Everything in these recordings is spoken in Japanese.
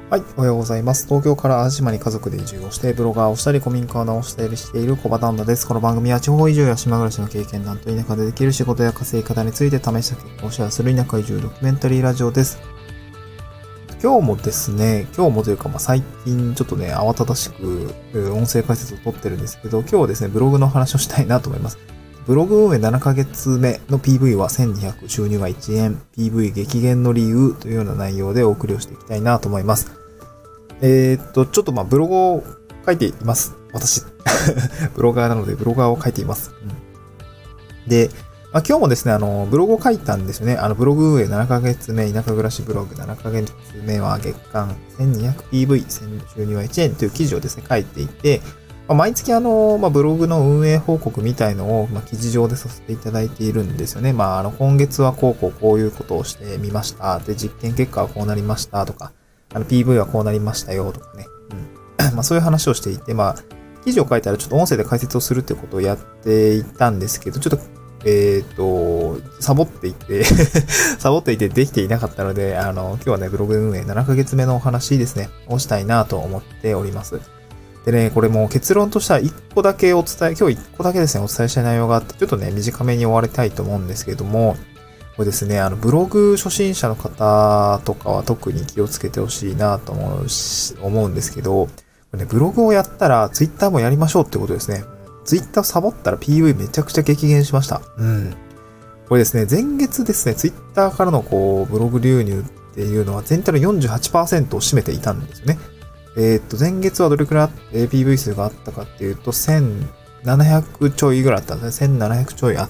はい、おはようございます。東京から淡路島に家族で移住をして、ブロガーをしたり、古民家を直したりしている小場旦那です。この番組は地方移住や島暮らしの経験談と田舎でできる仕事や稼ぎ方について試した結果をシェアする田舎移住ドキュメンタリーラジオです。今日もというか最近ちょっとね、慌ただしく音声解説を取ってるんですけど、今日はですね、ブログの話をしたいなと思います。ブログ運営7ヶ月目の PV は1200、収入は1円、PV 激減の理由というような内容でお送りをしていきたいなと思います。ちょっとブログを書いています。私。ブロガーなのでブロガーを書いています。で、今日もですね、ブログを書いたんですよね。ブログ運営7ヶ月目、田舎暮らしブログ7ヶ月目は月間 1200PV、収入は1円という記事をですね、書いていて、毎月ブログの運営報告みたいのを、記事上でさせていただいているんですよね。今月はこういうことをしてみました。で、実験結果はこうなりましたとか、PV はこうなりましたよとかね。そういう話をしていて、記事を書いたらちょっと音声で解説をするってことをやっていたんですけど、ちょっと、サボっていてできていなかったので、今日はね、ブログ運営7ヶ月目のお話ですね、をしたいなと思っております。でね、これもう結論としては今日1個だけですね、お伝えしたい内容があって、ちょっとね、短めに終わりたいと思うんですけれども、これですね、ブログ初心者の方とかは特に気をつけてほしいなと思うんですけど、これね、ブログをやったらツイッターもやりましょうってことですね。ツイッターサボったら PV めちゃくちゃ激減しました。これですね、前月ですね、ツイッターからのブログ流入っていうのは全体の 48% を占めていたんですよね。前月はどれくらい PV 数があったかっていうと、1700ちょいぐらいあったんですね。1700ちょいあって、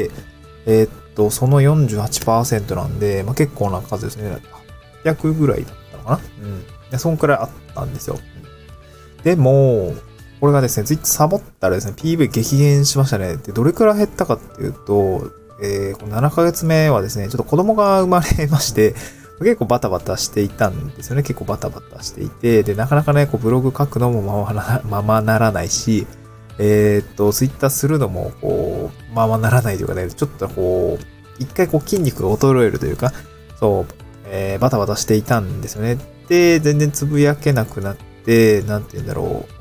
その 48% なんで、結構な数ですね。800ぐらいだったのかな。で、そんくらいあったんですよ。でも、これがですね、ツイッターサボったらですね、PV 激減しましたね。で、どれくらい減ったかっていうと、この7ヶ月目はですね、ちょっと子供が生まれまして、結構バタバタしていたんですよね。結構バタバタしていて、で、なかなかね、ブログ書くのもままならないし、ツイッターするのも、ままならないというかね、ちょっと一回筋肉が衰えるというか、バタバタしていたんですよね。で、全然つぶやけなくなって、なんて言うんだろう。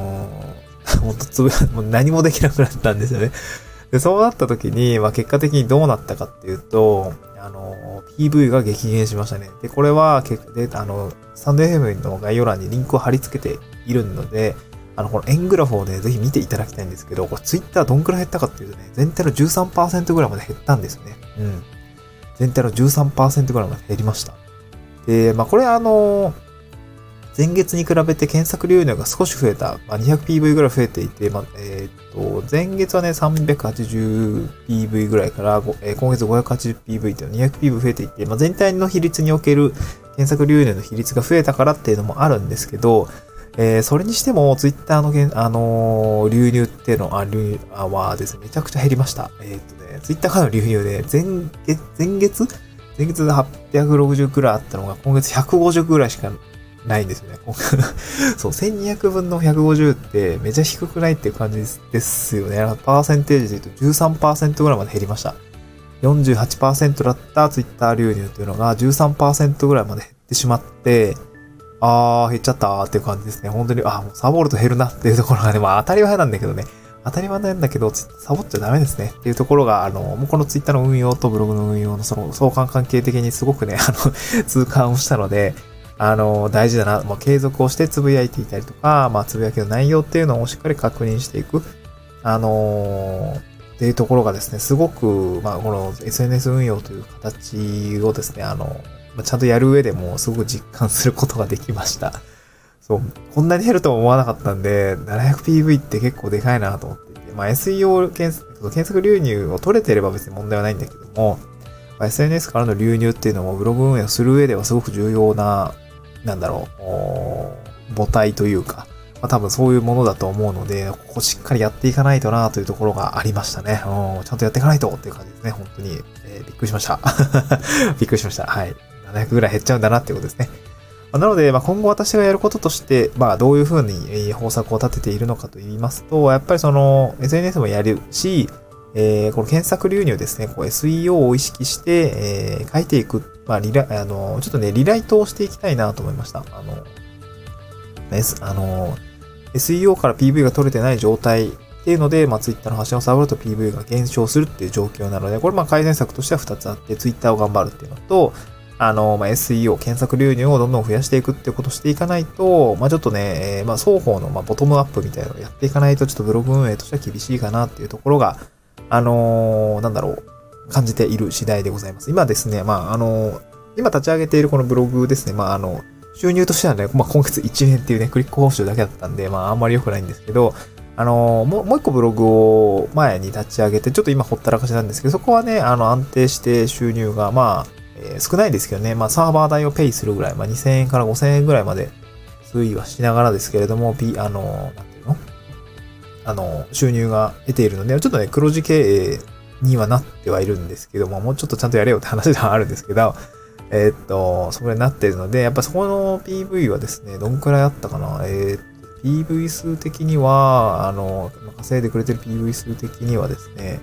もう何もできなくなったんですよね。で、そうなった時に、結果的にどうなったかっていうと、PV が激減しましたね。で、これは、スタンド FM の概要欄にリンクを貼り付けているので、この円グラフをね、ぜひ見ていただきたいんですけど、これツイッターどんくらい減ったかっていうとね、全体の 13% ぐらいまで減ったんですよね。全体の 13% ぐらいまで減りました。で、これ前月に比べて検索流入が少し増えた。200PV ぐらい増えていて、前月はね、380PV ぐらいから、今月 580PV という 200PV 増えていて、全体の比率における検索流入の比率が増えたからっていうのもあるんですけど、それにしても、ツイッターの流入っていうのはですね、めちゃくちゃ減りました。ツイッターからの流入で、前月で860くらいあったのが、今月150くらいしかないんですよね。そう、1200分の150ってめちゃ低くないっていう感じですよね。パーセンテージで言うと 13% ぐらいまで減りました。48% だったツイッター流入というのが 13% ぐらいまで減ってしまって、減っちゃったっていう感じですね。本当に、もうサボると減るなっていうところがね、当たり前なんだけどね。当たり前なんだけど、サボっちゃダメですね。っていうところが、もうこのツイッターの運用とブログの運用のその相関関係的にすごくね、痛感をしたので、大事だな、継続をしてつぶやいていたりとか、つぶやきの内容っていうのをしっかり確認していく。っていうところがですね、すごく、この SNS 運用という形をですね、ちゃんとやる上でもすごく実感することができました。そう、こんなに減るとは思わなかったんで、700PV って結構でかいなと思っていて、SEO 検索流入を取れてれば別に問題はないんだけども、SNS からの流入っていうのもブログ運営をする上ではすごく重要な、母体というか、多分そういうものだと思うので、ここしっかりやっていかないとなというところがありましたね。ちゃんとやっていかないとっていう感じですね。本当に、びっくりしました。びっくりしました。はい。700ぐらい減っちゃうんだなっていうことですね。なので、今後私がやることとして、どういうふうに方策を立てているのかと言いますと、やっぱりSNS もやるし、 この検索流入ですね、こう SEO を意識して、書いていく、まあ、ちょっとね、リライトをしていきたいなと思いました。SEO から PV が取れてない状態っていうので、まあ、Twitter の発信をサボると PV が減少するっていう状況なので、これまあ改善策としては2つあって、Twitter を頑張るっていうのと、まあ、SEO、検索流入をどんどん増やしていくってことをしていかないと、まあ、ちょっとね、まあ、双方のまあボトムアップみたいなのをやっていかないと、ちょっとブログ運営としては厳しいかなっていうところが、なんだろう、感じている次第でございます。今ですね、まあ、今立ち上げているこのブログですね、まあ、収入としてはね、まあ、今月1年っていうね、クリック報酬だけだったんで、まあ、あんまり良くないんですけど、もう一個ブログを前に立ち上げて、ちょっと今ほったらかしなんですけど、そこはね、安定して収入が、まあ、少ないですけどね、まあ、サーバー代をペイするぐらい、まあ、2000円から5000円ぐらいまで推移はしながらですけれども、なんていうの？収入が得ているので、ちょっとね、黒字経営にはなってはいるんですけども、もうちょっとちゃんとやれよって話ではあるんですけど、そこになっているので、やっぱそこの PV はですね、どんくらいあったかなPV 数的には、稼いでくれてる PV 数的にはですね、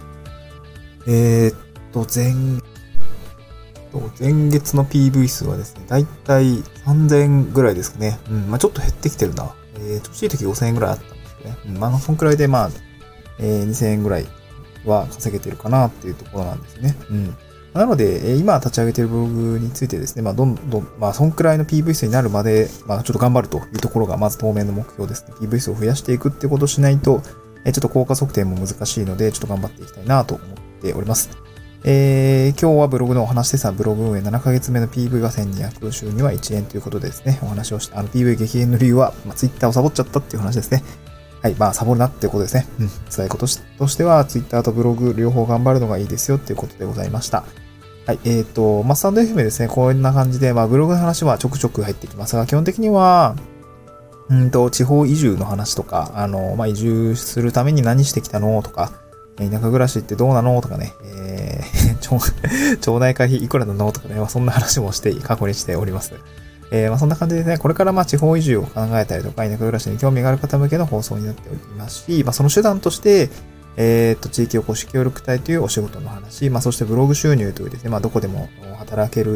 前月の PV 数はですね、だいたい3000ぐらいですかね。まあちょっと減ってきてるな。調子いい時5000円ぐらいあったんですね。まあそんくらいでまあ、2000円ぐらいは稼げてるかなっていうところなんですね。なので、今立ち上げているブログについてですね、まあ、まあ、そんくらいの PV 数になるまで、まあ、ちょっと頑張るというところが、まず当面の目標ですね。PV 数を増やしていくってことをしないと、ちょっと効果測定も難しいので、ちょっと頑張っていきたいなと思っております。今日はブログのお話でブログ運営7ヶ月目の PV が1200、収入は1円ということでですね、お話をした、PV 激減の理由は、まあ、Twitter をサボっちゃったっていう話ですね。はい。まあ、サボるなっていうことですね。辛いこととしては、Twitter とブログ両方頑張るのがいいですよっていうことでございました。はい。まあ、スタンド FM ですね。こんな感じで、まあ、ブログの話はちょくちょく入ってきますが、基本的には、地方移住の話とか、まあ、移住するために何してきたのとか、田舎暮らしってどうなのとかね、町内会費いくらなのとかね、まあ、そんな話もして過去にしております。まあ、そんな感じでね、これからまあ地方移住を考えたりとか、田舎暮らしに興味がある方向けの放送になっておりますし、まあ、その手段として、地域おこし協力隊というお仕事の話、まあ、そしてブログ収入というですね、まあ、どこでも働ける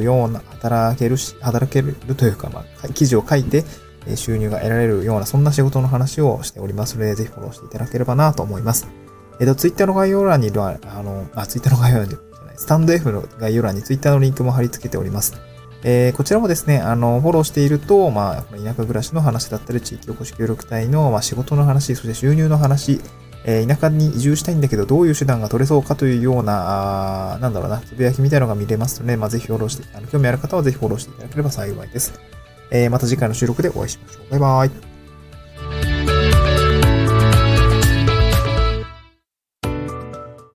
というか、まあ、記事を書いて、収入が得られるような、そんな仕事の話をしておりますので、ぜひフォローしていただければなと思います。ツイッターの概要欄には、ツイッターの概要欄じゃない、スタンド F の概要欄にツイッターのリンクも貼り付けております。こちらもですね、フォローしていると、まあ、田舎暮らしの話だったり、地域おこし協力隊の、まあ、仕事の話、そして収入の話、田舎に移住したいんだけど、どういう手段が取れそうかというような、なんだろうな、つぶやきみたいなのが見れますので、まあ、ぜひフォローして、興味ある方はぜひフォローしていただければ幸いです。また次回の収録でお会いしましょう。バイバイ。